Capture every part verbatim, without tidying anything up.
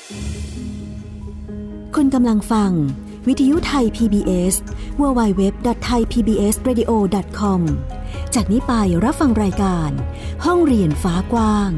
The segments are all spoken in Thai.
คุณกำลังฟังวิทยุไทย พี บี เอส ดับเบิลยู ดับเบิลยู ดับเบิลยู ดอท ไทย พี บี เอส เรดิโอ ดอท คอม จากนี้ไปรับฟังรายการห้องเรียนฟ้ากว้าง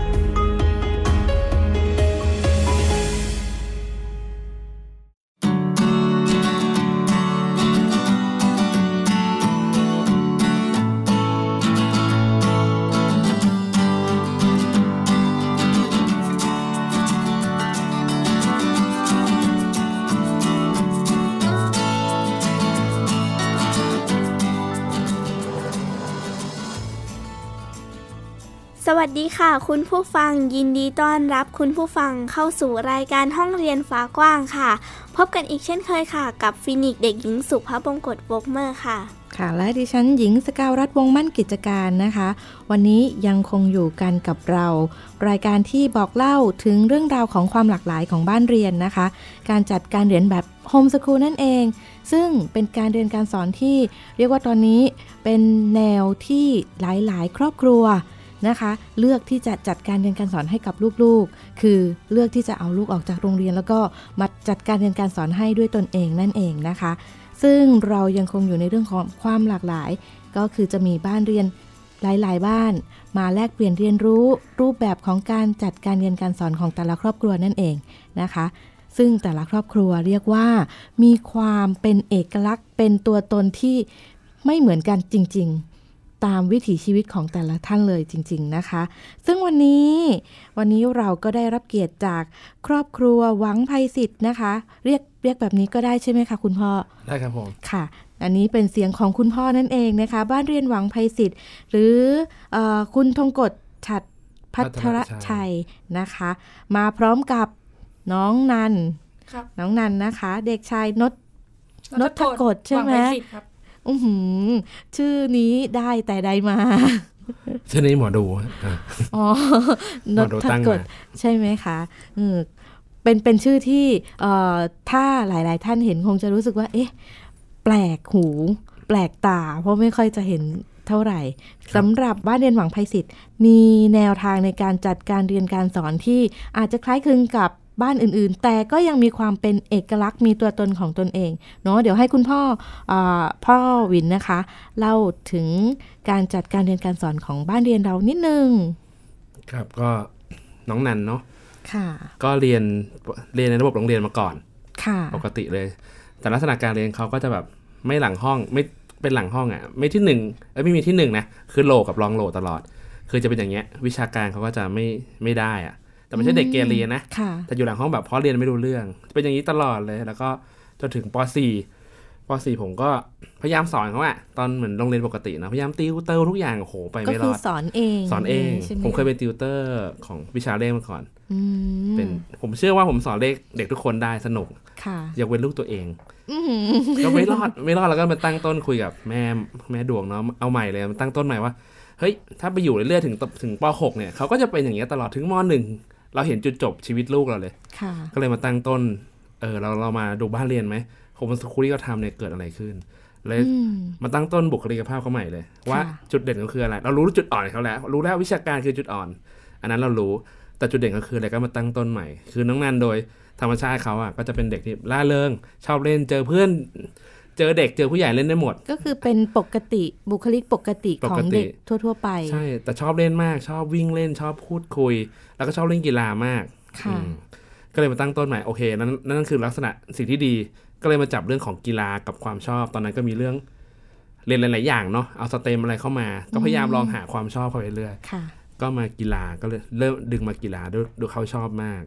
สวัสดีค่ะคุณผู้ฟังยินดีต้อนรับคุณผู้ฟังเข้าสู่รายการห้องเรียนฟ้ากว้างค่ะพบกันอีกเช่นเคยค่ะกับฟินิกเด็กหญิงสุภบงกตวกเมอร์ค่ะค่ะและดิฉันหญิงสกาวรัตน์วงมั่นกิจการนะคะวันนี้ยังคงอยู่กันกับเรารายการที่บอกเล่าถึงเรื่องราวของความหลากหลายของบ้านเรียนนะคะการจัดการเรียนแบบโฮมสคูลนั่นเองซึ่งเป็นการเรียนการสอนที่เรียกว่าตอนนี้เป็นแนวที่หลายๆครอบครัวนะคะเลือกที่จะจัดการเรียนการสอนให้กับลูกๆคือเลือกที่จะเอาลูกออกจากโรงเรียนแล้วก็มาจัดการเรียนการสอนให้ด้วยตนเองนั่นเองนะคะซึ่งเรายังคงอยู่ในเรื่องของความหลากหลายก็คือจะมีบ้านเรียนหลายๆบ้านมาแลกเปลี่ยนเรียนรู้รูปแบบของการจัดการเรียนการสอนของแต่ละครอบครัวนั่นเองนะคะซึ่งแต่ละครอบครัวเรียกว่ามีความเป็นเอกลักษณ์เป็นตัวตนที่ไม่เหมือนกันจริงๆตามวิถีชีวิตของแต่ละท่านเลยจริงๆนะคะซึ่งวันนี้วันนี้เราก็ได้รับเกียรติจากครอบครัวหวังไพศิษฐ์นะคะเรียกเรียกแบบนี้ก็ได้ใช่ไหมคะคุณพ่อได้ครับผมค่ะอันนี้เป็นเสียงของคุณพ่อนั่นเองนะคะบ้านเรียนหวังไพศิษฐ์หรือเอ่อคุณธงกฎฉัตรภัทรชัยนะคะมาพร้อมกับน้องนันน้องนันนะคะเด็กชายนนทกฎใช่ไหมอือหือชื่อนี้ได้แต่ใดมาชื่อนี้หมอดูอ๋อนทกฎใช่ไหมคะอืมเป็นเป็นชื่อที่เอ่อถ้าหลายๆท่านเห็นคงจะรู้สึกว่าเอ๊ะแปลกหูแปลกตาเพราะไม่ค่อยจะเห็นเท่าไหร่สำหรับบ้านเรียนหวังไพศิษฐ์มีแนวทางในการจัดการเรียนการสอนที่อาจจะคล้ายคลึงกับบ้านอื่นๆแต่ก็ยังมีความเป็นเอกลักษณ์มีตัวตนของตนเองเนาะเดี๋ยวให้คุณพ่ออ่าพ่อวินนะคะเล่าถึงการจัดการเรียนการสอนของบ้านเรียนเรานิดนึงครับก็น้องนันเนาะค่ะก็เรียนเรียนในระบบโรงเรียนมาก่อนค่ะปกติเลยแต่ลักษณะการเรียนเขาก็จะแบบไม่หลังห้องไม่เป็นหลังห้องอ่ะไม่ที่หนึ่งเอ้ยไม่มีที่หนึ่งนะคือโหลกับรองโหลตลอดคือจะเป็นอย่างเงี้ยวิชาการเขาก็จะไม่ไม่ได้อ่ะแต่ไม่ใช่เด็กเกเรนะแต่อยู่หลังห้องแบบเพราะเรียนไม่รู้เรื่องเป็นอย่างนี้ตลอดเลยแล้วก็จนถึงป .สี่ ป .สี่ ผมก็พยายามสอนเขาอะตอนเหมือนโรงเรียนปกตินะพยายามติวเตอร์ทุกอย่างโอ้โหไปไม่รอดก็คือสอนเองสอนเองผมเคยเป็นติวเตอร์ของวิชาเลขมาก่อนเป็นผมเชื่อว่าผมสอนเลขเด็กทุกคนได้สนุกยกเว้นลูกตัวเองก็ไม่รอดไม่รอดแล้วก็มาตั้งต้นคุยกับแม่แม่ดวงเนาะเอาใหม่เลยมาตั้งต้นใหม่ว่าเฮ้ยถ้าไปอยู่เรื่อยๆถึงถึงป .หก เนี่ยเขาก็จะเป็นอย่างเงี้ยตลอดถึงม .หนึ่งเราเห็นจุดจบชีวิตลูกเราเลยก็เลยมาตั้งต้นเออเราเรามาดูบ้านเรียนไหมโฮมสคูลที่เขาทำเนี่ยเกิดอะไรขึ้นเลยมาตั้งต้นบุคลิกภาพเขาใหม่เลยว่าจุดเด่นก็คืออะไรเรารู้จุดอ่อนเขาแล้วรู้แล้ววิชาการคือจุดอ่อนอันนั้นเรารู้แต่จุดเด่นก็คืออะไรก็มาตั้งต้นใหม่คือน้องนันโดยธรรมชาติเขาอ่ะก็จะเป็นเด็กที่ร่าเริงชอบเล่นเจอเพื่อนเจอเด็กเจอผู้ใหญ่เล่นได้หมดก็คือเป็นปกติบุคลิกปกติของเด็กทั่วๆไปใช่แต่ชอบเล่นมากชอบวิ่งเล่นชอบพูดคุยแล้วก็ชอบเล่นกีฬามากก็เลยมาตั้งต้นใหม่โอเคนั่นนั่นคือลักษณะสิ่งที่ดีก็เลยมาจับเรื่องของกีฬากับความชอบตอนนั้นก็มีเรื่องเรียนหลายๆอย่างเนาะเอาสเต็มอะไรเข้ามาก็พยายามลองหาความชอบเข้าไปเรื่อยก็มากีฬาก็เลยเริ่มดึงมากีฬาด้วยดูเขาชอบมาก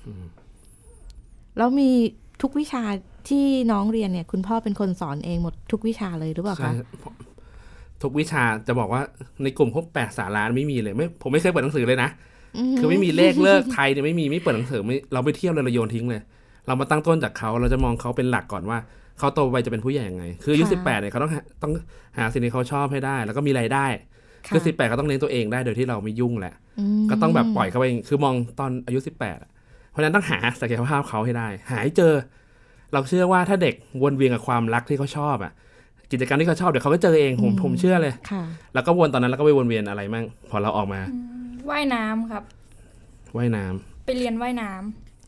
แล้วมีทุกวิชาที่น้องเรียนเนี่ยคุณพ่อเป็นคนสอนเองหมดทุกวิชาเลยหรือเปล่าคะทุกวิชาจะบอกว่าในกลุ่มพวกแปดสาระไม่มีเลยไม่ผมไม่เคยเปิดหนังสือเลยนะคือไม่มีเลขเลิกไทยเนี่ยไม่มีไม่เปิดหนังสือไม่เราไปเที่ยวเลยเราโยนทิ้งเลยเรามาตั้งต้นจากเขาเราจะมองเขาเป็นหลักก่อนว่าเขาโตไปจะเป็นผู้ใหญ่ยังไงคืออายุสิบแปดเนี่ยเขาต้องต้องหาสิ่งที่เขาชอบให้ได้แล้วก็มีรายได้คือสิบแปดเขาต้องเลี้ยงตัวเองได้โดยที่เราไม่ยุ่งแหละก็ต้องแบบปล่อยเขาไปคือมองตอนอายุสิบแปดเพราะฉะนั้นต้องหาศักยภาพเขาให้ได้หาให้เจอเราเชื่อว่าถ้าเด็กวนเวียนกับความรักที่เขาชอบอ่ะกิจกรรมที่เขาชอบเดี๋ยวเขาก็เจอเองผมผมเชื่อเลยแล้วก็วนตอนนั้นแล้วก็ไปวนเวียนอะไรมั่งพอเราออกมาว่ายน้ำครับว่ายน้ำไปเรียนว่ายน้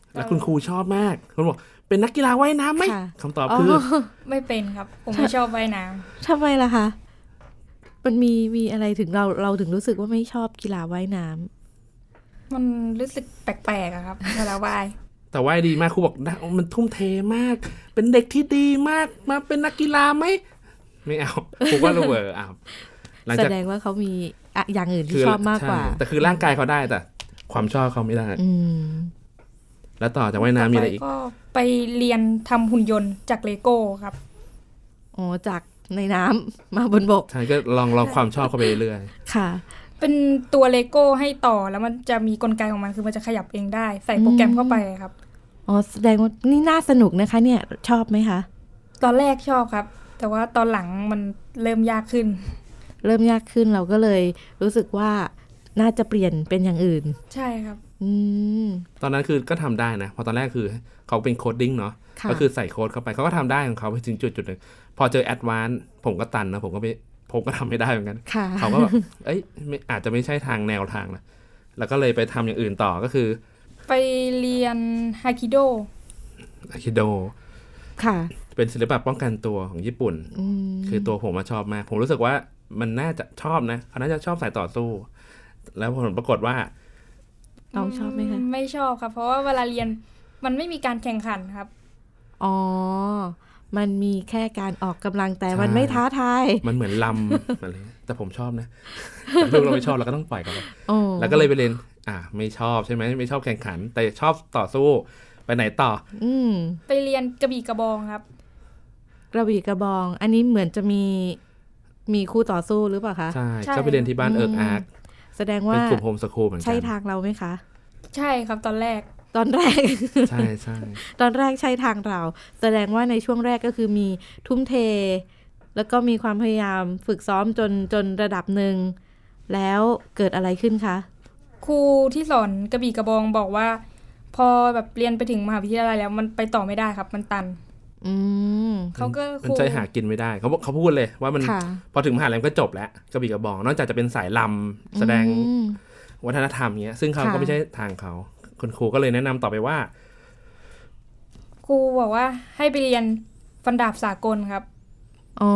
แล้วคุณครูชอบมากคุณบอกเป็นนักกีฬาว่ายน้ำไหมคำตอบคือไม่เป็นครับผมไม่ชอบว่ายน้ำทำไมล่ะคะมันมีมีอะไรถึงเราเราถึงรู้สึกว่าไม่ชอบกีฬาว่ายน้ำมันรู้สึกแปลกๆอะครับเวลาว่ายแต่ว่ายดีมากครูบอกมันทุ่มเทมากเป็นเด็กที่ดีมากมาเป็นนักกีฬาไหมไม่เอาครูว่าเราเวอร์อ่ะแสดงว่าเขามีอย่างอื่นที่ชอบมากกว่าแต่คือร่างกายเขาได้แต่ความชอบเขาไม่ได้แล้วต่อจากว่ายน้ำมีอะไรอีกก็ไปเรียนทำหุ่นยนต์จากเลโก้ครับอ๋อจากในน้ำมาบนบกใช่ก็ลองลองความชอบเข้าไปเรื่อยค่ะเป็นตัวเลโก้ให้ต่อแล้วมันจะมีกลไกของมันคือมันจะขยับเองได้ใส่โปรแกรมเข้าไปครับอ๋อแสดงว่านี่น่าสนุกนะคะเนี่ยชอบไหมคะตอนแรกชอบครับแต่ว่าตอนหลังมันเริ่มยากขึ้นเริ่มยากขึ้นเราก็เลยรู้สึกว่าน่าจะเปลี่ยนเป็นอย่างอื่นใช่ครับอืมตอนนั้นคือก็ทำได้นะพอตอนแรกคือเขาเป็นโคดดิ้งเนาะก็คือใส่โค้ดเข้าไปเขาก็ทำได้ของเขาไปถึงจุดจุดหนึ่งพอเจอแอดวานซ์ผมก็ตันนะผมก็ไม่ผมก็ทำไม่ได้เหมือนกันเขาก็แบบเอ้ยอาจจะไม่ใช่ทางแนวทางนะแล้วก็เลยไปทำอย่างอื่นต่อก็คือไปเรียนฮาคิโดฮาคิโดค่ะเป็นศิลปะป้องกันตัวของญี่ปุ่นคือตัวผมมาชอบมากผมรู้สึกว่ามันน่าจะชอบนะเขาน่าจะชอบสายต่อสู้แล้วผลปรากฏว่าน้องชอบไหมคะไม่ชอบครับเพราะว่าเวลาเรียนมันไม่มีการแข่งขันครับอ๋อมันมีแค่การออกกำลังแต่มันไม่ท้าทายมันเหมือนลำอะไรแต่ผมชอบนะลูกเราไม่ชอบเราก็ต้องปล่อยกันไปแล้วก็เลยไปเรียนอ่ะไม่ชอบใช่ไหมไม่ชอบแข่งขันแต่ชอบต่อสู้ไปไหนต่ออืมไปเรียนกระบี่กระบองครับกระบี่กระบองอันนี้เหมือนจะมีมีคู่ต่อสู้หรือเปล่าคะใช่ก็ไปเรียนที่บ้านเอิร์กอาร์คแสดงว่าเป็นกลุ่มโฮมสคูลเหมือนกันใช่ทางเราไหมคะใช่ครับตอนแรกตอนแรกใช่ใช่ตอนแรกใช่ทางเราแสดงว่าในช่วงแรกก็คือมีทุ่มเทแล้วก็มีความพยายามฝึกซ้อมจนจนระดับหนึ่งแล้วเกิดอะไรขึ้นคะครูที่สอนกระบี่กระบองบอกว่าพอแบบเรียนไปถึงมหาวิทยาลัยแล้วมันไปต่อไม่ได้ครับมันตันอืมเขาก็มันใช้หากินไม่ได้เขาเขาพูดเลยว่ามันพอถึงมหาลัยก็จบแล้วกระบี่กระบองนอกจากจะเป็นสายลำแสดงวัฒนธรรมเงี้ยซึ่งเขาก็ไม่ใช่ทางเขาคุณครูก็เลยแนะนำต่อไปว่าครูบอกว่าให้ไปเรียนฟันดาบสากลครับอ๋อ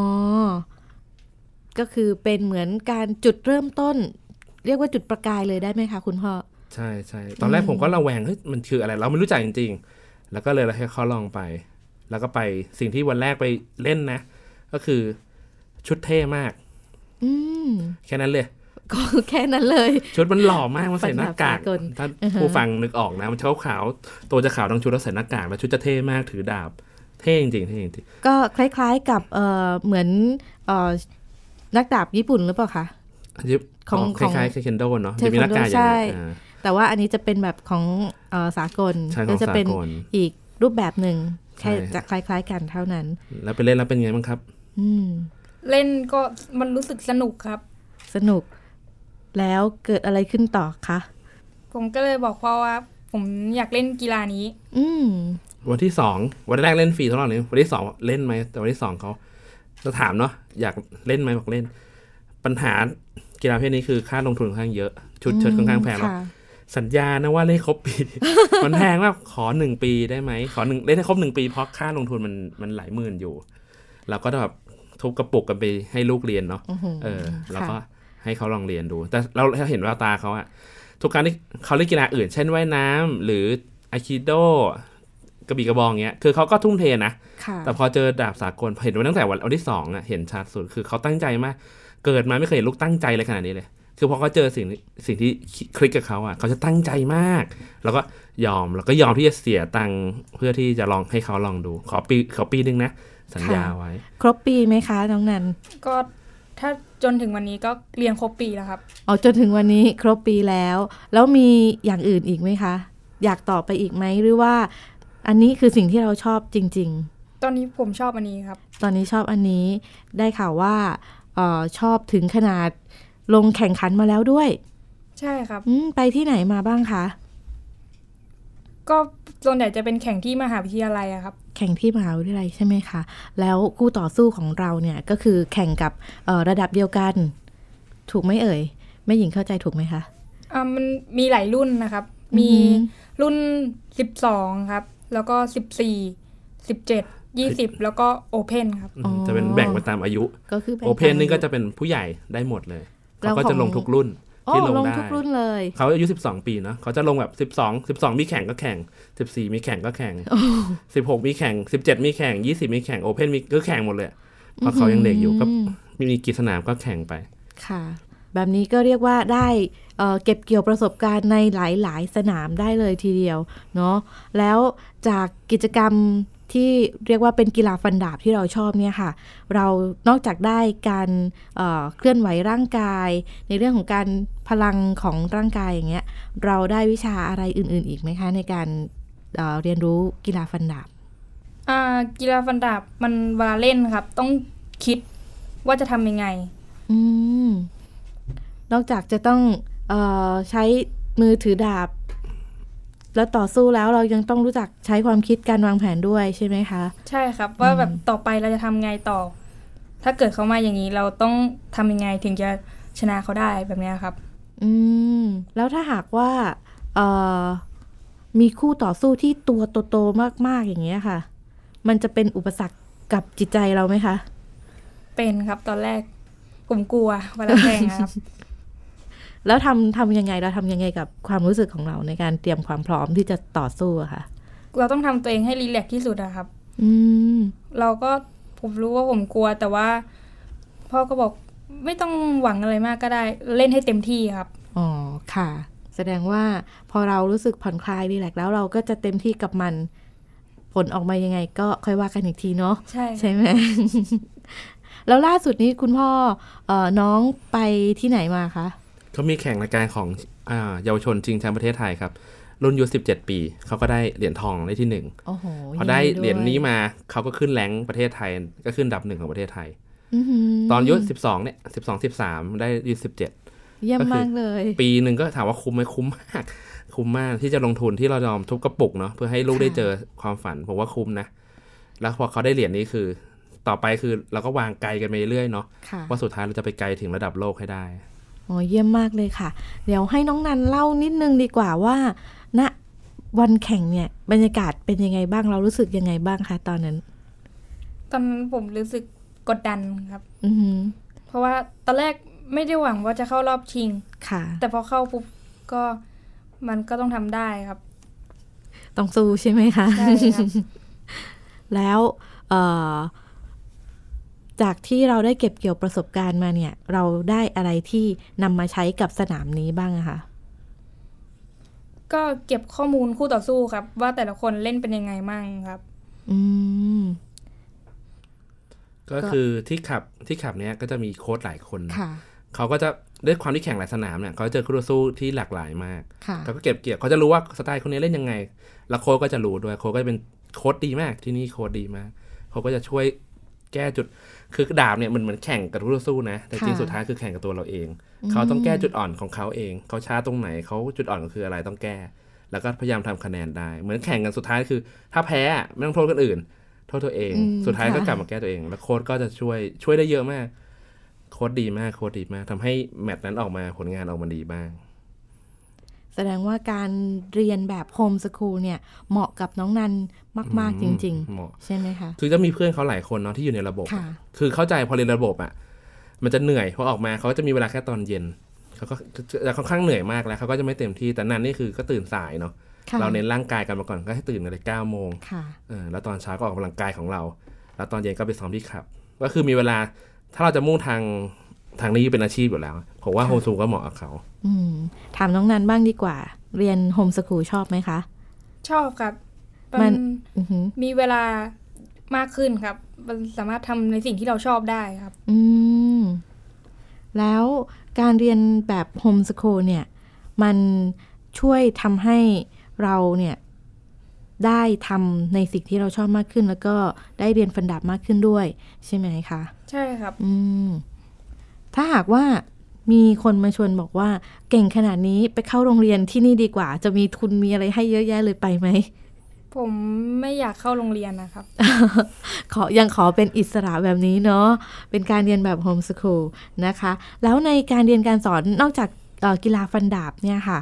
ก็คือเป็นเหมือนการจุดเริ่มต้นเรียกว่าจุดประกายเลยได้ไหมคะคุณพ่อใช่ใช่ตอนแรกผมก็ระแวงเฮ้ยมันคืออะไรเราไม่รู้จักจริงๆแล้วก็เลยให้เขาลองไปแล้วก็ไปสิ่งที่วันแรกไปเล่นนะก็คือชุดเท่มากอืมแค่นั้นเลยก็แค่นั้นเลยชุดมันหล่อมากมันใส่หน้ากากถ้าผู้ฟังนึกออกนะมันขาวขาวตัวจะขาวทั้งชุดแล้วใส่หน้ากากแล้วชุดจะเท่มากถือดาบเท่จริงๆเท่จริงก็คล้ายๆกับเอ่อเหมือนเอ่อนักดาบญี่ปุ่นหรือเปล่าคะของคล้ายๆเคนโดเนาะจะมีหน้ากากอย่างนี้แต่ว่าอันนี้จะเป็นแบบของเอ่อสากลก็จะเป็นอีกรูปแบบหนึ่งแค่จะคล้ายๆกันเท่านั้นแล้วไปเล่นแล้วเป็นไงบ้างครับอืมเล่นก็มันรู้สึกสนุกครับสนุกแล้วเกิดอะไรขึ้นต่อคะผมก็เลยบอกพ่อว่าผมอยากเล่นกีฬานี้อืมวันที่สองวันแรกเล่นฟรีเท่าไหร่วันที่สองเล่นไหมแต่วันที่สองเขาจะถามเนาะอยากเล่นไหมบอกเล่นปัญหากีฬาประเภทนี้คือค่าลงทุนค่อนข้างเยอะชุดเชิ้ตค่อนข้างแพงแล้วสัญญานะว่าเล่นครบปี มันแพงมากขอหนึ่งปีได้ไหมขอหนึ่งเล่นให้ครบหนึ่งปีเพราะค่าลงทุนมันมันหลายหมื่นอยู่เราก็แบบทุบกระปุกกันไปให้ลูกเรียนเนาะเออแล้วก็ให้เขาลองเรียนดูแต่เราเห็นแววตาเขาอะทุกครั้งที่เขาเล่นกีฬาอื่นเช่นว่ายน้ำหรืออะคิโดกระบี่กระบองเงี้ยคือเขาก็ทุ่มเทนะแต่พอเจอดาบสากลเห็นมาตั้งแต่วันที่สองอะเห็นชัดสุดคือเขาตั้งใจมากเกิดมาไม่เคยเห็นลูกตั้งใจเลยขนาดนี้เลยคือพอเขาเจอสิ่งสิ่งที่คลิกกับเขาอะเขาจะตั้งใจมากแล้วก็ยอมแล้วก็ยอมที่จะเสียตังค์เพื่อที่จะลองให้เขาลองดูขอปีขอปีนึงนะสัญญาไว้ครบปีไหมคะน้องนันก็ถ้าจนถึงวันนี้ก็เรียนครบปีแล้วครับอ๋อจนถึงวันนี้ครบปีแล้วแล้วมีอย่างอื่นอีกไหมคะอยากต่อไปอีกไหมหรือว่าอันนี้คือสิ่งที่เราชอบจริงๆตอนนี้ผมชอบอันนี้ครับตอนนี้ชอบอันนี้ได้ข่าวว่าเอ่อชอบถึงขนาดลงแข่งขันมาแล้วด้วยใช่ครับไปที่ไหนมาบ้างคะก็ส่วนใหญ่จะเป็นแข่งที่มหาวิทยาลัยอะครับแข่งที่มหาวิทยาลัยใช่ไหมคะแล้วคู่ต่อสู้ของเราเนี่ยก็คือแข่งกับระดับเดียวกันถูกไหมเอ่ยแม่หญิงเข้าใจถูกไหมคะอ่ามันมีหลายรุ่นนะครับมีรุ่นสิบสองครับแล้วก็สิบสี่ สิบเจ็ด ยี่สิบแล้วก็โอเพ่นครับจะเป็นแบ่งไปตามอายุก็คือโอเพ่นนี่ก็จะเป็นผู้ใหญ่ได้หมดเลยเขาก็จะลงทุกรุ่นที่ลงได้ทุกรุ่นเลยเขาอายุสิบสองปีเนาะเขาจะลงแบบสิบสอง สิบสองมีแข่งก็แข่งสิบสี่มีแข่งก็แข่งสิบหกมีแข่งสิบเจ็ดมีแข่งยี่สิบมีแข่งโอเพ่นมีก็แข่งหมดเลยเพราะเขายังเด็กอยู่ก็มีกี่สนามก็แข่งไปค่ะแบบนี้ก็เรียกว่าได้ เอ่อ เก็บเกี่ยวประสบการณ์ในหลายๆสนามได้เลยทีเดียวเนาะแล้วจากกิจกรรมที่เรียกว่าเป็นกีฬาฟันดาบที่เราชอบเนี่ยค่ะเรานอกจากได้การเอ่อเคลื่อนไหวร่างกายในเรื่องของการพลังของร่างกายอย่างเงี้ยเราได้วิชาอะไรอื่นๆอีกไหมคะในการเอ่อเรียนรู้กีฬาฟันดาบอ่ากีฬาฟันดาบมันเวลาเล่นครับต้องคิดว่าจะทำยังไงอืมนอกจากจะต้องเอ่อใช้มือถือดาบแล้วต่อสู้แล้วเรายังต้องรู้จักใช้ความคิดการวางแผนด้วยใช่ไหมคะใช่ครับว่าแบบต่อไปเราจะทำไงต่อถ้าเกิดเขามาอย่างนี้เราต้องทำยังไงถึงจะชนะเขาได้แบบนี้ครับอืมแล้วถ้าหากว่าเอ่อมีคู่ต่อสู้ที่ตัวโตๆมากๆอย่างเงี้ยค่ะมันจะเป็นอุปสรรคกับจิตใจเราไหมคะเป็นครับตอนแรกผมกลัวเวลาแข่งครับแล้วทำทำยังไงเราทำยังไงกับความรู้สึกของเราในการเตรียมความพร้อมที่จะต่อสู้อะค่ะเราต้องทำตัวเองให้รีแลกซ์ที่สุดอะครับอืมเราก็ผมรู้ว่าผมกลัวแต่ว่าพ่อก็บอกไม่ต้องหวังอะไรมากก็ได้เล่นให้เต็มที่ครับอ๋อค่ะแสดงว่าพอเรารู้สึกผ่อนคลายรีแลกซ์แล้วเราก็จะเต็มที่กับมันผลออกมายังไงก็ค่อยว่ากันอีกทีเนาะใช่ใช่ไหม แล้วล่าสุดนี้คุณพ่อเอ่อน้องไปที่ไหนมาคะเขามีแข่งรายการของอ่าเยาวชนชิงแชมป์ประเทศไทยครับรุ่นอายุสิบเจ็ดปีเขาก็ได้เหรียญทองได้ที่หนึ่งพอได้เหรียญนี้มาเขาก็ขึ้นแรงประเทศไทยก็ขึ้นอันดับหนึ่งของประเทศไทยตอนอายุสิบสองเนี่ยสิบสอง สิบสามได้อายุสิบเจ็ดเยี่ยมมากเลยปีหนึ่งก็ถามว่าคุ้มไหมคุ้มมากคุ้มมากที่จะลงทุนที่เรายอมทุบกระปุกเนาะเพื่อให้ลูกได้เจอความฝันผมว่าคุ้มนะแล้วพอเขาได้เหรียญนี้คือต่อไปคือเราก็วางไกลกันไปเรื่อยเนาะว่าสุดท้ายเราจะไปไกลถึงระดับโลกให้ได้อ๋อเยี่ยมมากเลยค่ะเดี๋ยวให้น้องนันเล่านิดนึงดีกว่าว่าณวันแข่งเนี่ยบรรยากาศเป็นยังไงบ้างเรารู้สึกยังไงบ้างคะตอนนั้นตอนผมรู้สึกกดดันครับอือเพราะว่าตอนแรกไม่ได้หวังว่าจะเข้ารอบชิงค่ะแต่พอเข้าปุ๊บก็มันก็ต้องทำได้ครับต้องสู้ใช่ไหมคะใช่ครับแล้วเอ่อจากที่เราได้เก็บเกี่ยวประสบการณ์มาเนี่ยเราได้อะไรที่นำมาใช้กับสนามนี้บ้างอะคะก็เก็บข้อมูลคู่ต่อสู้ครับว่าแต่ละคนเล่นเป็นยังไงมั่งครับอืมก็คือที่ขับที่ขับเนี้ยก็จะมีโค้ชหลายคนเขาก็จะด้วยความที่แข่งหลายสนามเนี่ยเขาเจอคู่ต่อสู้ที่หลากหลายมากเขาก็เก็บเกี่ยวเขาจะรู้ว่าสไตล์คนนี้เล่นยังไงแล้วโค้ชก็จะรู้ด้วยโค้ชก็จะเป็นโค้ชดีมากที่นี่โค้ชดีมากเขาก็จะช่วยแก้จุดคือดาบเนี่ยมันเหมือนแข่งกับคู่ต่อสู้นะแต่จริงสุดท้ายคือแข่งกับตัวเราเองเขาต้องแก้จุดอ่อนของเขาเองเขาช้าตรงไหนเขาจุดอ่อนก็คืออะไรต้องแก้แล้วก็พยายามทำคะแนนได้เหมือนแข่งกันสุดท้ายคือถ้าแพ้ไม่ต้องโทษคนอื่นโทษตัวเองสุดท้ายก็กลับมาแก้ตัวเองแล้วโค้ชก็จะช่วยช่วยได้เยอะมากโค้ชดีมากโค้ชดีมากทำให้แมตช์นั้นออกมาผลงานออกมาดีบ้างแสดงว่าการเรียนแบบโฮมสคูลเนี่ยเหมาะกับน้องนันมากๆจริงๆใช่ไหมคะคือจะมีเพื่อนเขาหลายคนเนาะที่อยู่ในระบบคือเข้าใจพอเรียนระบบอ่ะมันจะเหนื่อยพอออกมาเขาจะมีเวลาแค่ตอนเย็นเขาก็จะค่อนข้างเหนื่อยมากแล้วเขาก็จะไม่เต็มที่แต่นันนี่คือก็ตื่นสายเนาะเราเน้นร่างกายกันมาก่อนก็ให้ตื่นในเก้าโมงแล้วตอนเช้าก็ออกกำลังกายของเราแล้วตอนเย็นก็ไปซ้อมที่ขับก็คือมีเวลาถ้าเราจะมุ่งทางทางนี้เป็นอาชีพอยู่แล้วผมว่าโฮมสคูลก็เหมาะกับเขาถามน้องนันบ้างดีกว่าเรียนโฮมสคูลชอบไหมคะชอบครับมันมีเวลามากขึ้นครับมันสามารถทำในสิ่งที่เราชอบได้ครับอืมแล้วการเรียนแบบโฮมสคูลเนี่ยมันช่วยทำให้เราเนี่ยได้ทำในสิ่งที่เราชอบมากขึ้นแล้วก็ได้เรียนฟันดาบมากขึ้นด้วยใช่ไหมคะใช่ครับอืมถ้าหากว่ามีคนมาชวนบอกว่าเก่งขนาดนี้ไปเข้าโรงเรียนที่นี่ดีกว่าจะมีทุนมีอะไรให้เยอะแยะเลยไปไหมผมไม่อยากเข้าโรงเรียนนะครับขอยังขอเป็นอิสระแบบนี้เนาะเป็นการเรียนแบบโฮมสคูลนะคะแล้วในการเรียนการสอนนอกจากกีฬาฟันดาบเนี่ยค่ะ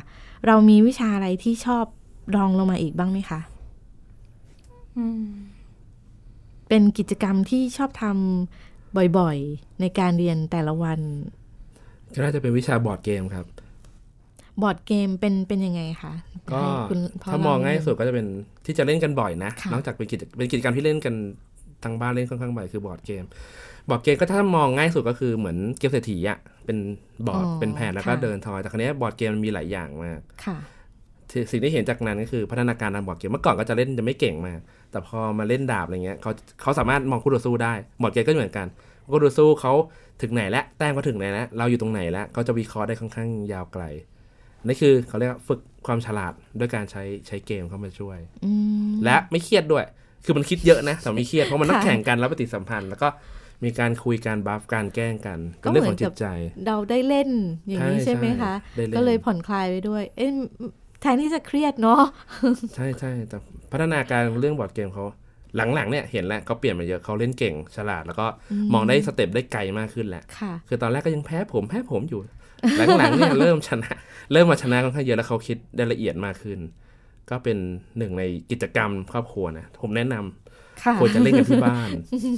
เรามีวิชาอะไรที่ชอบรองลงมาอีกบ้างไหมคะอืมเป็นกิจกรรมที่ชอบทำบ่อยๆในการเรียนแต่ละวันก็น่าจะเป็นวิชาบอร์ดเกมครับบอร์ดเกมเป็นเป็นยังไงคะก็ถ้ามองง่ายสุดก็จะเป็นที่จะเล่นกันบ่อยนะนอกจากเป็นกิจเป็นกิจกรรมที่เล่นกันทางบ้านเล่นค่อนข้างบ่อยคือบอร์ดเกมบอร์ดเกมก็ถ้ามองง่ายสุดก็คือเหมือนเกมเศรษฐีอ่ะเป็นบอร์ดเป็นแผ่นแล้วก็เดินทอยแต่ครั้งนี้บอร์ดเกมมันมีหลายอย่างมากสิ่งที่เห็นจากนั้นก็คือพัฒนาการทางบอร์ดเกมเมื่อก่อนก็จะเล่นจะไม่เก่งมากแต่พอมาเล่นดาบอะไรเงี้ยเขาเขาสามารถมองคู่ต่อสู้ได้บอร์ดเกมก็เหมือนกันคู่ต่อสู้เขาถึงไหนแล้วแต้มเขาถึงไหนแล้วเราอยู่ตรงไหนแล้วเขาจะวิเคราะห์ได้ค่อนข้างยาวไกลนี่คือเขาเรียกฝึกความฉลาดด้วยการใช้ใช้เกมเข้ามาช่วยและไม่เครียดด้วยคือมันคิดเยอะนะแต่ไม่เครียดเพราะมันต้องแข่งกันแล้วปฏิสัมพันธ์แล้วก็มีการคุยการบัฟการแกล้งกันเป็นเรื่องของจิตใจเราได้เล่นอย่างนี้ใช่ไหมคะก็เลยผ่อนคลายไปด้วยเอ๊ะแทนที่จะเครียดเนาะใช่ใช่แต่พัฒนาการเรื่องบอร์ดเกมเขาหลังๆเนี่ยเห็นแล้วเขาเปลี่ยนมาเยอะเขาเล่นเก่งฉลาดแล้วก็มองได้สเต็ปได้ไกลมากขึ้นแหละคือตอนแรกก็ยังแพ้ผมแพ้ผมอยู่หลังๆเนี่ยเริ่มชนะเริ่มมาชนะค่อนข้างเยอะแล้วเขาคิดได้ละเอียดมากขึ้นก็เป็นหนึ่งในกิจกรรมครอบครัวนะผมแนะนำควรจะเล่นกันที่บ้าน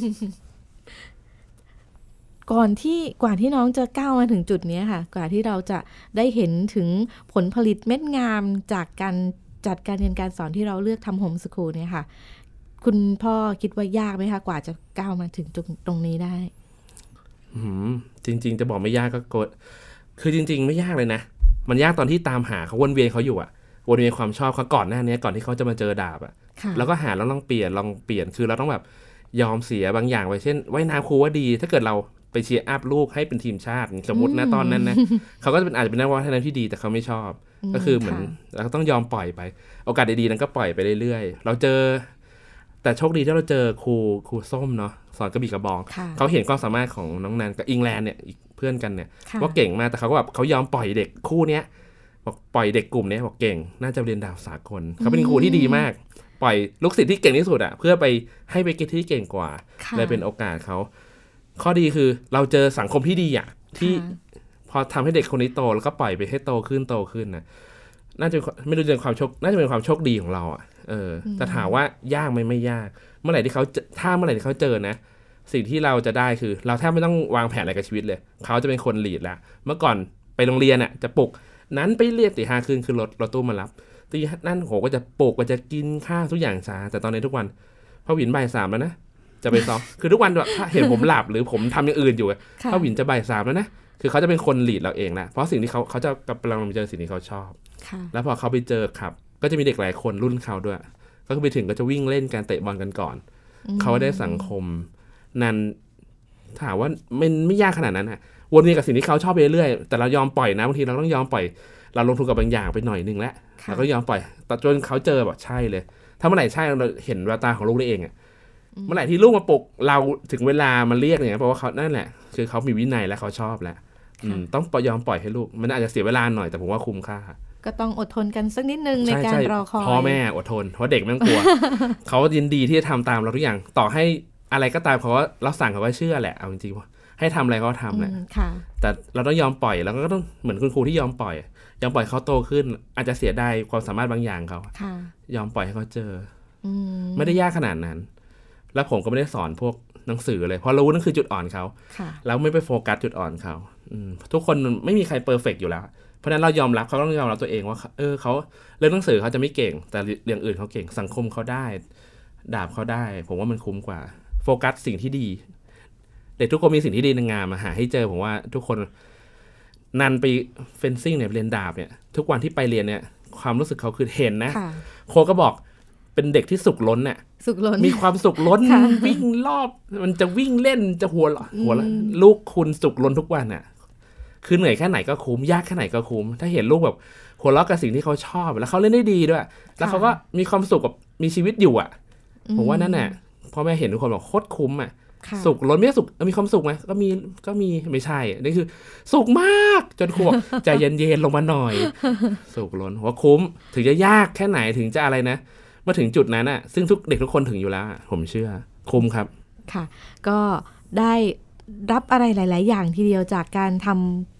ก่อนที่กว่าที่น้องจะก้าวมาถึงจุดนี้ค่ะกว่าที่เราจะได้เห็นถึงผลผลิตเม็ดงามจากการจัดการเรียนการสอนที่เราเลือกทำโฮมสคูลเนี่ยค่ะคุณพ่อคิดว่ายากไหมคะกว่าจะก้าวมาถึงตรงนี้ได้จริงๆจะบอกไม่ยากก็กดคือจริงๆไม่ยากเลยนะมันยากตอนที่ตามหาเขาวนเวียนเขาอยู่อะวนเวียนความชอบเขาก่อนหน้านี้ก่อนที่เขาจะมาเจอดาบอะแล้วก็หาแล้วลองเปลี่ยนลองเปลี่ยนคือเราต้องแบบยอมเสียบางอย่างไปเช่นว่ายน้ำครูว่าดีถ้าเกิดเราไปเชียร์อัพลูกให้เป็นทีมชาติสมมตินะตอนนั้นนะเขาก็จะเป็นอาจจะเป็นนักว่ายน้ำที่ดีแต่เขาไม่ชอบก็คือเหมือนเราต้องยอมปล่อยไปโอกาสดีๆนั้นก็ปล่อยไปเรื่อยๆเราเจอแต่โชคดีที่เราเจอครูครูส้มเนาะสอนกระบี่กระบองเขาเห็นความสามารถของน้องนันกับอิงแลนด์เนี่ยเพื่อนกันเนี่ยว่าเก่งมากแต่เขาก็แบบเขายอมปล่อยเด็กคู่เนี้ยบอกปล่อยเด็กกลุ่มนี้บอกเก่งน่าจะเรียนดาบสากลเขาเป็นครูที่ดีมากปล่อยลูกศิษย์ที่เก่งที่สุดอ่ะเพื่อไปให้ไปเก็ตที่เก่งกว่าเลยเป็นโอกาสเขาข้อดีคือเราเจอสังคมที่ดีอ่ะที่พอทำให้เด็กคนนี้โตแล้วก็ปล่อยไปให้โตขึ้นโตขึ้นนะน่าจะไม่รู้จะเป็นความโชคน่าจะเป็นความโชคดีของเราอ่ะเออแต่ถามว่ายากไหมไม่ยากเมื่อไหร่ที่เขาถ้าเมื่อไหร่ที่เขาเจอนะสิ่งที่เราจะได้คือเราแทบไม่ต้องวางแผนอะไรกับชีวิตเลยเขาจะเป็นคนลีดแล้วเมื่อก่อนไปโรงเรียนอ่ะจะปลุกนั้นไปเรียนตีห้าครึ่งคือรถรถตู้มารับตีนั่นโหก็จะปลุกก็จะกินข้าวทุกอย่างช้าแต่ตอนนี้ทุกวันพอวินบ่ายสามแล้วนะจะไปซ้อมคือทุกวันแบบถ้าเห็นผมหลับหรือผมทำอย่างอื่นอยู่พอวินจะบ่ายสามแล้วนะคือเขาจะเป็นคนลีดเราเองแหละเพราะสิ่งที่เขาเขาจะกำลังไปเจอสิ่งที่เขาชอบแล้วพอเขาไปเจอครับก็จะมีเด็กหลายคนรุ่นเขาด้วยก็คือไปถึงก็จะวิ่งเล่นการเตะบอลกันก่อนเขาได้สังคมนั้นถามว่ามันไม่ยากขนาดนั้นฮะวนเวียนกับสิ่งที่เขาชอบไปเรื่อยแต่เรายอมปล่อยนะบางทีเราต้องยอมปล่อยเราลงทุนกับบางอย่างไปหน่อยนึงแล้วเราก็ยอมปล่อยแต่จนเขาเจอแบบใช่เลยถ้าเมื่อไหร่ใช่เราเห็นแววตาของลูกได้เองอ่ะเมื่อไหร่ที่ลูกมาปลุกเราถึงเวลามาเรียกอย่างเงี้ยเพราะว่าเขานั่นแหละคือเขามีวินัยและเขาชอบแล้วต้องยอมปล่อยให้ลูกมันอาจจะเสียเวลาหน่อยแต่ผมว่าคุ้มค่าก็ต้องอดทนกันสักนิดนึงในการรอคอยพ่อแม่อดทนเพราะเด็กไม่ต้องกลัว เขายินดีที่จะทำตามเราทุกอย่างต่อให้อะไรก็ตามเขาว่าเราสั่งเขาว่าเชื่อแหละเอาจริงๆให้ทำอะไรเขาทำแหละแต่เราต้องยอมปล่อยแล้วก็ต้องเหมือนคุณครูที่ยอมปล่อยยอมปล่อยเขาโตขึ้นอาจจะเสียดายความสามารถบางอย่างเขายอมปล่อยให้เขาเจอไม่ได้ยากขนาดนั้นแล้วผมก็ไม่ได้สอนพวกหนังสือเลยเพราะรู้นั่นคือจุดอ่อนเขาแล้วไม่ไปโฟกัสจุดอ่อนเขาทุกคนไม่มีใครเพอร์เฟกต์อยู่แล้วเพราะนั้นเรายอมรับเขาต้องยอมรับตัวเองว่าเออเขาเรื่องหนังสือเขาจะไม่เก่งแต่เรื่องอื่นเขาเก่งสังคมเขาได้ดาบเขาได้ผมว่ามันคุ้มกว่าโฟกัสสิ่งที่ดีเด็กทุกคนมีสิ่งที่ดีในงานมาหาให้เจอผมว่าทุกคนนันไปเฟนซิ่งเนี่ยเรียนดาบเนี่ยทุกวันที่ไปเรียนเนี่ยความรู้สึกเขาคือเห็นนะโค้ชก็บอกเป็นเด็กที่สุขล้นน่ะสุขล้นมีความสุขล้นวิ่งรอบมันจะวิ่งเล่นจะหัวหัวลูกคุณสุขล้นทุกวันน่ะคือเหนื่อยแค่ไหนก็คุ้มยากแค่ไหนก็คุ้มถ้าเห็นลูกแบบหัวเราะกับสิ่งที่เขาชอบแล้วเขาเล่นได้ดีด้วยแล้วเขาก็มีความสุขกับมีชีวิตอยู่อ่ะผมว่านั่นน่ะพ่อแม่เห็นทุกคนบอกโคตรคุ้มอ่ะสุขล้นไม่สุขมีความสุขไหมก็มีก็มีไม่ใช่นี่คือสุขมากจนครูบอกใจเย็นๆลงมาหน่อยสุขล้นว่าคุ้มถึงจะยากแค่ไหนถึงจะอะไรนะมาถึงจุดนั้นน่ะซึ่งทุกเด็กทุกคนถึงอยู่แล้วผมเชื่อคุ้มครับค่ะก็ได้รับอะไรหลายๆอย่างทีเดียวจากการท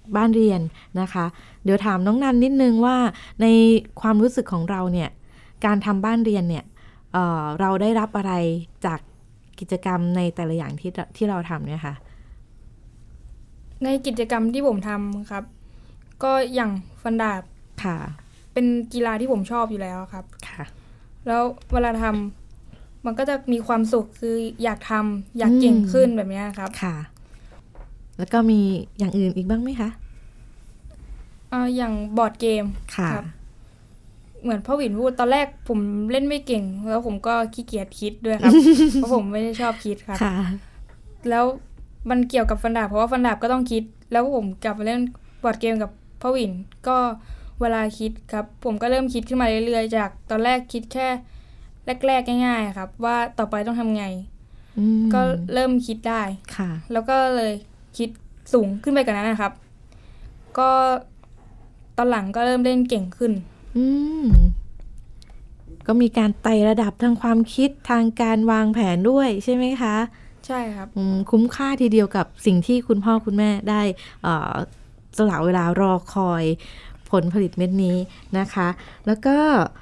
บ้านเรียนนะคะเดี๋ยวถามน้องนันนิดนึงว่าในความรู้สึกของเราเนี่ยการทำบ้านเรียนเนี่ย เอ่อ เราได้รับอะไรจากกิจกรรมในแต่ละอย่างที่ที่เราทำเนี่ยค่ะในกิจกรรมที่ผมทำครับก็อย่างฟันดาบค่ะเป็นกีฬาที่ผมชอบอยู่แล้วครับค่ะแล้วเวลาทำมันก็จะมีความสุขคืออยากทำอยากเก่งขึ้นแบบนี้ครับค่ะแล้วก็มีอย่างอื่นอีกบ้างไหมคะเอ่ออย่างบอร์ดเกมครับเหมือนพ่อหวินพูดตอนแรกผมเล่นไม่เก่งแล้วผมก็ขี้เกียจคิดด้วยครับ เพราะผมไม่ได้ชอบคิดครับแล้วมันเกี่ยวกับฟันดาบเพราะว่าฟันดาบก็ต้องคิดแล้วผมกลับมาเล่นบอร์ดเกมกับพ่อหวินก็เวลาคิดครับผมก็เริ่มคิดขึ้นมาเรื่อยๆจากตอนแรกคิดแค่แรกๆง่ายๆครับว่าต่อไปต้องทำไงก็เริ่มคิดได้แล้วก็เลยคิดสูงขึ้นไปกว่านั้นนะครับก็ตอนหลังก็เริ่มเล่นเก่งขึ้นอืมก็มีการไต่ระดับทางความคิดทางการวางแผนด้วยใช่ไหมคะใช่ครับคุ้มค่าทีเดียวกับสิ่งที่คุณพ่อคุณแม่ได้สละเวลารอคอยผลผลิตเม็ดนี้นะคะแล้วก็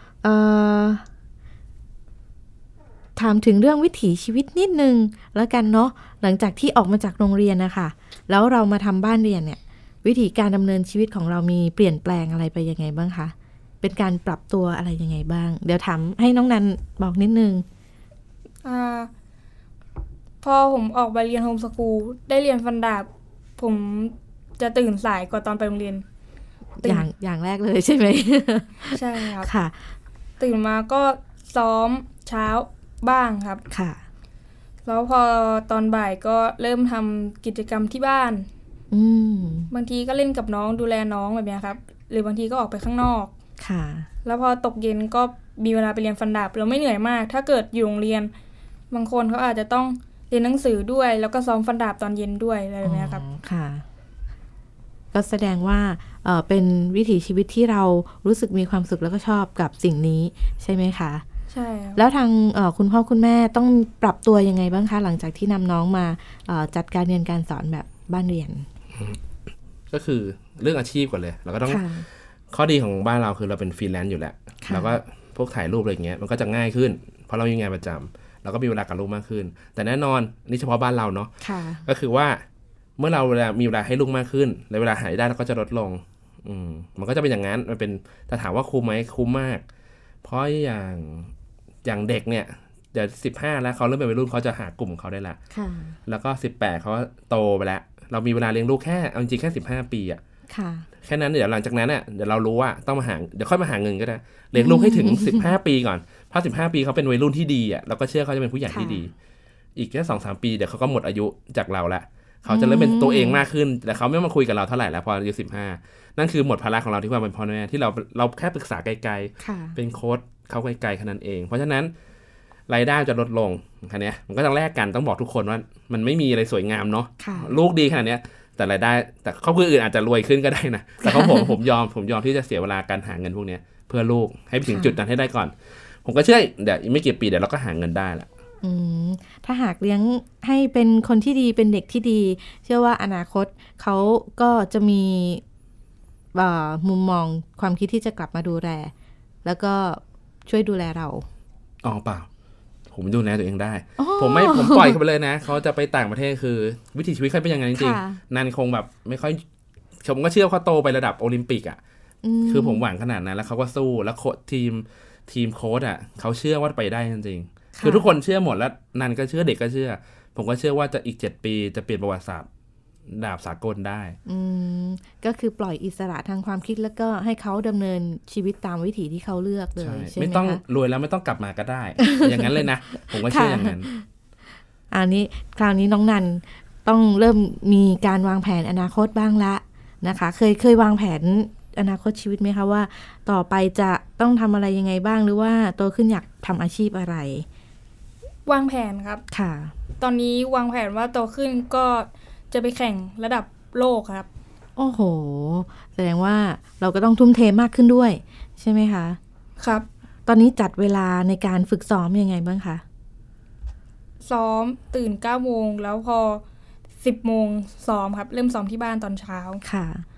ถามถึงเรื่องวิถีชีวิตนิดนึงแล้วกันเนาะหลังจากที่ออกมาจากโรงเรียนนะคะแล้วเรามาทำบ้านเรียนเนี่ยวิธีการดำเนินชีวิตของเรามีเปลี่ยนแปลงอะไรไปยังไงบ้างคะเป็นการปรับตัวอะไรยังไงบ้างเดี๋ยวถามให้น้องนันบอกนิดนึงอ่าพอผมออกไปเรียนโฮมสคูลได้เรียนฟันดาบผมจะตื่นสายกว่าตอนไปโรงเรียนอย่างอย่างแรกเลยใช่ไหมใช่ครับค่ะตื่นมาก็ซ้อมเช้าบ้างครับค่ะแล้วพอตอนบ่ายก็เริ่มทำกิจกรรมที่บ้านอืมบางทีก็เล่นกับน้องดูแลน้องแบบนี้ครับหรือบางทีก็ออกไปข้างนอกค่ะแล้วพอตกเย็นก็มีเวลาไปเรียนฟันดาบเราไม่เหนื่อยมากถ้าเกิดอยู่โรงเรียนบางคนเขาอาจจะต้องเรียนหนังสือด้วยแล้วก็ซ้อมฟันดาบตอนเย็นด้วยอะไรแบบนี้ครับค่ะก็แสดงว่าเอ่อเป็นวิถีชีวิตที่เรารู้สึกมีความสุขแล้วก็ชอบกับสิ่งนี้ใช่ไหมคะใช่แล้วทางเอ่อคุณพ่อคุณแม่ต้องปรับตัวยังไงบ้างคะหลังจากที่นำน้องมาเอ่อจัดการเรียนการสอนแบบบ้านเรียนก็คือเรื่องอาชีพก่อนเลยเราก็ต้องข้อดีของบ้านเราคือเราเป็นฟรีแลนซ์อยู่แล้วเราก็พวกถ่ายรูปอะไรอย่างเงี้ยมันก็จะง่ายขึ้นเพราะเรามีงานประจำเราก็มีเวลากับลูกมากขึ้นแต่แน่นอนนี่เฉพาะบ้านเราเนาะก็คือว่าเมื่อเราเวลามีเวลาให้ลูกมากขึ้นและเวลาหายได้เราก็จะลดลงอืมมันก็จะเป็นอย่างนั้นมันเป็นแต่ถามว่าคุ้มไหมคุ้มมากเพราะอย่างอย่างเด็กเนี่ยเดี๋ยวสิบห้าแล้วเขาเริ่มเป็นวัยรุ่นเขาจะหากลุ่มของเขาได้ละแล้วก็สิบแปดเขาโตไปแล้วเรามีเวลาเลี้ยงลูกแค่เอาจริงแค่สิบห้าปีอ่ะแค่นั้นเดี๋ยวหลังจากนั้นเนี่ยเดี๋ยวเรารู้ว่าต้องมาหาเดี๋ยวค่อยมาหาเงินก็ได้เลี้ยงลูกให้ถึงสิบห้าปีก่อนเพราะสิบห้าปีเขาเป็นวัยรุ่นที่ดีอ่ะเราก็เชื่อเขาจะเป็นผู้ใหญ่ที่ดีอีกแค่ สองถึงสาม ปีเดี๋ยวเขาก็หมดอายุจากเราละเขาจะเริ่มเป็นตัวเองมากขึ้นแต่เขาไม่มาคุยกับเราเท่าไหร่แล้วพออายุสิบห้านั่นคือหมดภาระของเราที่ว่าเป็นพ่อแม่ที่เราเราแค่ปรึกษาไกลๆเป็นโค้ชเขาไกลๆแค่นั้นเองเพราะฉะนั้นรายได้จะลดลงคันนี้มันก็ต้องแลกกันต้องบอกทุกคนว่ามันไม่มีอะไรสวยงามเนาะลูกดีขนาดนี้แต่รายได้แต่ครอบครัวอื่นอาจจะรวยขึ้นก็ได้นะแต่เขาผมผมยอมผมยอมที่จะเสียเวลาการหาเงินพวกนี้เพื่อลูกให้ไปถึงจุดนั้นให้ได้ก่อนผมก็เชื่อเดี๋ยวอีกไม่กี่ปีเดี๋ยวเราก็หาเงินได้ละอืมถ้าหากเลี้ยงให้เป็นคนที่ดีเป็นเด็กที่ดีเชื่อว่าอนาคตเขาก็จะมีมุมมองความคิดที่จะกลับมาดูแลแล้วก็ช่วยดูแลเราอ๋อเปล่าผมดูแลตัวเองได้ผมไม่ผมปล่อยเขาไปเลยนะเขาจะไปต่างประเทศคือวิถีชีวิตเขาเป็นยังไงจริงๆนันคงแบบไม่ค่อยผมก็เชื่อเขาโตไประดับโอลิมปิกอ่ะคือผมหวังขนาดนั้นแล้วเขาก็สู้แล้วโค้ชทีมทีมโค้ชอ่ะเขาเชื่อว่าไปได้จริงๆคือทุกคนเชื่อหมดแล้วนันก็เชื่อเด็กก็เชื่อผมก็เชื่อว่าจะอีกเจ็ดปีจะเปลี่ยนประวัติศาสตร์ดาบสากลได้อืมก็คือปล่อยอิสระทางความคิดแล้วก็ให้เขาดำเนินชีวิตตามวิถีที่เขาเลือกเลยใช่ไหมคะไม่ต้องรวยแล้วไม่ต้องกลับมาก็ได้ อย่างนั้นเลยนะผมก็เชื่ออย่างนั้นอันนี้คราวนี้น้องนันต้องเริ่มมีการวางแผนอนาคตบ้างละนะคะเคยเคยวางแผนอนาคตชีวิตไหมคะว่าต่อไปจะต้องทำอะไรยังไงบ้างหรือว่าโตขึ้นอยากทำอาชีพอะไรวางแผนครับค่ะตอนนี้วางแผนว่าโตขึ้นก็จะไปแข่งระดับโลกครับโอ้โหแสดงว่าเราก็ต้องทุ่มเทมากขึ้นด้วยใช่ไหมคะครับตอนนี้จัดเวลาในการฝึกซ้อมยังไงบ้างคะซ้อมตื่นเก้าโมงแล้วพอสิบโมงซ้อมครับเริ่มซ้อมที่บ้านตอนเช้าค่ะ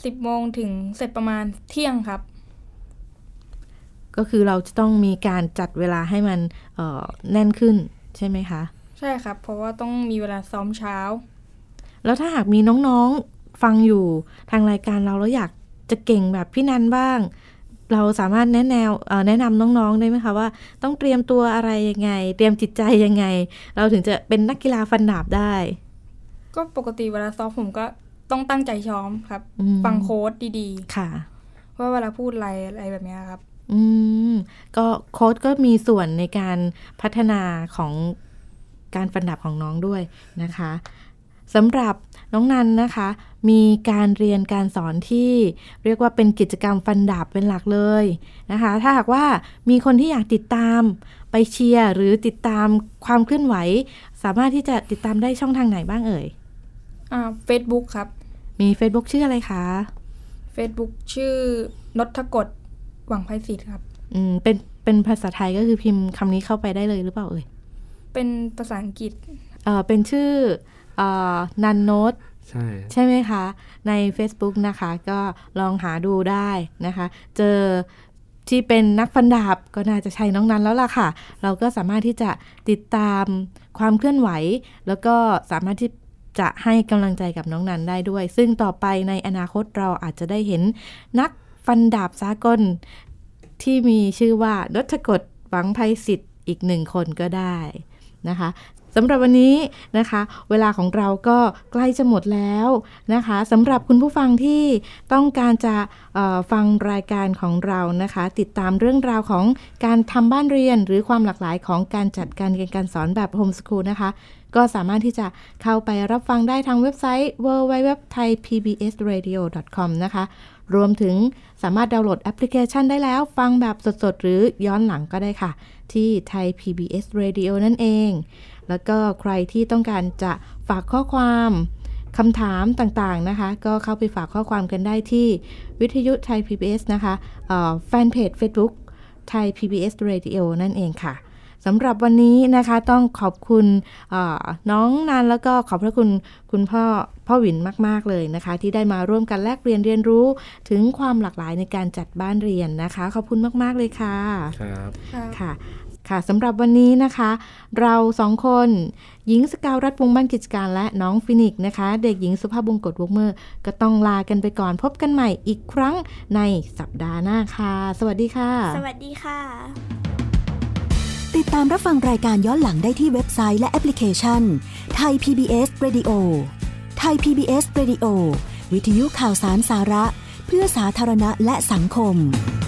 สิบโมงถึงเสร็จประมาณเที่ยงครับก็คือเราจะต้องมีการจัดเวลาให้มันเอ่อแน่นขึ้นใช่ไหมคะใช่ครับเพราะว่าต้องมีเวลาซ้อมเช้าแล้วถ้าหากมีน้องๆฟังอยู่ทางรายการเราแล้วอยากจะเก่งแบบพี่นันบ้างเราสามารถแนะแนวแนะนำน้องๆได้ไหมคะว่าต้องเตรียมตัวอะไรยังไงเตรียมจิตใจยังไงเราถึงจะเป็นนักกีฬาฟันดาบได้ก็ปกติเวลาซ้อมผมก็ต้องตั้งใจซ้อมครับฟังโค้ชดีๆค่ะว่าเวลาพูดอะไรอะไรแบบนี้ครับอืมก็โค้ชก็มีส่วนในการพัฒนาของการฟันดาบของน้องด้วยนะคะสำหรับน้องนันนะคะมีการเรียนการสอนที่เรียกว่าเป็นกิจกรรมฟันดาบเป็นหลักเลยนะคะถ้าหากว่ามีคนที่อยากติดตามไปเชียร์หรือติดตามความเคลื่อนไหวสามารถที่จะติดตามได้ช่องทางไหนบ้างเอ่ยอ่า Facebook ครับมี Facebook ชื่ออะไรคะ Facebook ชื่อนทกฎหวังไพศิษฐ์ครับอืมเป็นเป็นภาษาไทยก็คือพิมพ์คำนี้เข้าไปได้เลยหรือเปล่าเอ่ยเป็นภาษาอังกฤษเอ่อเป็นชื่อนันโน้ตใช่ใช่ไหมคะใน Facebook นะคะก็ลองหาดูได้นะคะเจอที่เป็นนักฟันดาบก็น่าจะใช่น้องนันแล้วล่ะค่ะเราก็สามารถที่จะติดตามความเคลื่อนไหวแล้วก็สามารถที่จะให้กำลังใจกับน้องนันได้ด้วยซึ่งต่อไปในอนาคตเราอาจจะได้เห็นนักฟันดาบสากลที่มีชื่อว่านทกฎหวังไพศิษฐ์อีกหนึ่งคนก็ได้นะคะสำหรับวันนี้นะคะเวลาของเราก็ใกล้จะหมดแล้วนะคะสำหรับคุณผู้ฟังที่ต้องการจะฟังรายการของเรานะคะติดตามเรื่องราวของการทำบ้านเรียนหรือความหลากหลายของการจัดการเรียนการสอนแบบโฮมสคูลนะคะก็สามารถที่จะเข้าไปรับฟังได้ทางเว็บไซต์ ดับเบิลยู ดับเบิลยู ดับเบิลยู ดอท ไทย พี บี เอส เรดิโอ ดอท คอม นะคะรวมถึงสามารถดาวน์โหลดแอปพลิเคชันได้แล้วฟังแบบสดๆหรือย้อนหลังก็ได้ค่ะที่ Thai พี บี เอส Radio นั่นเองแล้วก็ใครที่ต้องการจะฝากข้อความคำถามต่างๆนะคะก็เข้าไปฝากข้อความกันได้ที่วิทยุไทย พี บี เอส นะคะแฟนเพจ Facebook Thai พี บี เอส Radio นั่นเองค่ะสำหรับวันนี้นะคะต้องขอบคุณน้องนันแล้วก็ขอบพระคุณคุณพ่อพ่อหวินมากๆเลยนะคะที่ได้มาร่วมกันแลกเปลี่ยนเรียนรู้ถึงความหลากหลายในการจัดบ้านเรียนนะคะขอบคุณมากๆเลยค่ะครับค่ะค่ะสำหรับวันนี้นะคะเราสองคนหญิงสกาวรัฐวงศ์บ้านกิจการและน้องฟินิกส์นะคะเด็กหญิงสุภาพบงกตวงเมอร์ก็ต้องลากันไปก่อนพบกันใหม่อีกครั้งในสัปดาห์หน้าค่ะสวัสดีค่ะสวัสดีค่ะติดตามรับฟังรายการย้อนหลังได้ที่เว็บไซต์และแอปพลิเคชัน Thai พี บี เอส Radio Thai พี บี เอส Radio วิทยุข่าวสารสาระเพื่อสาธารณะและสังคม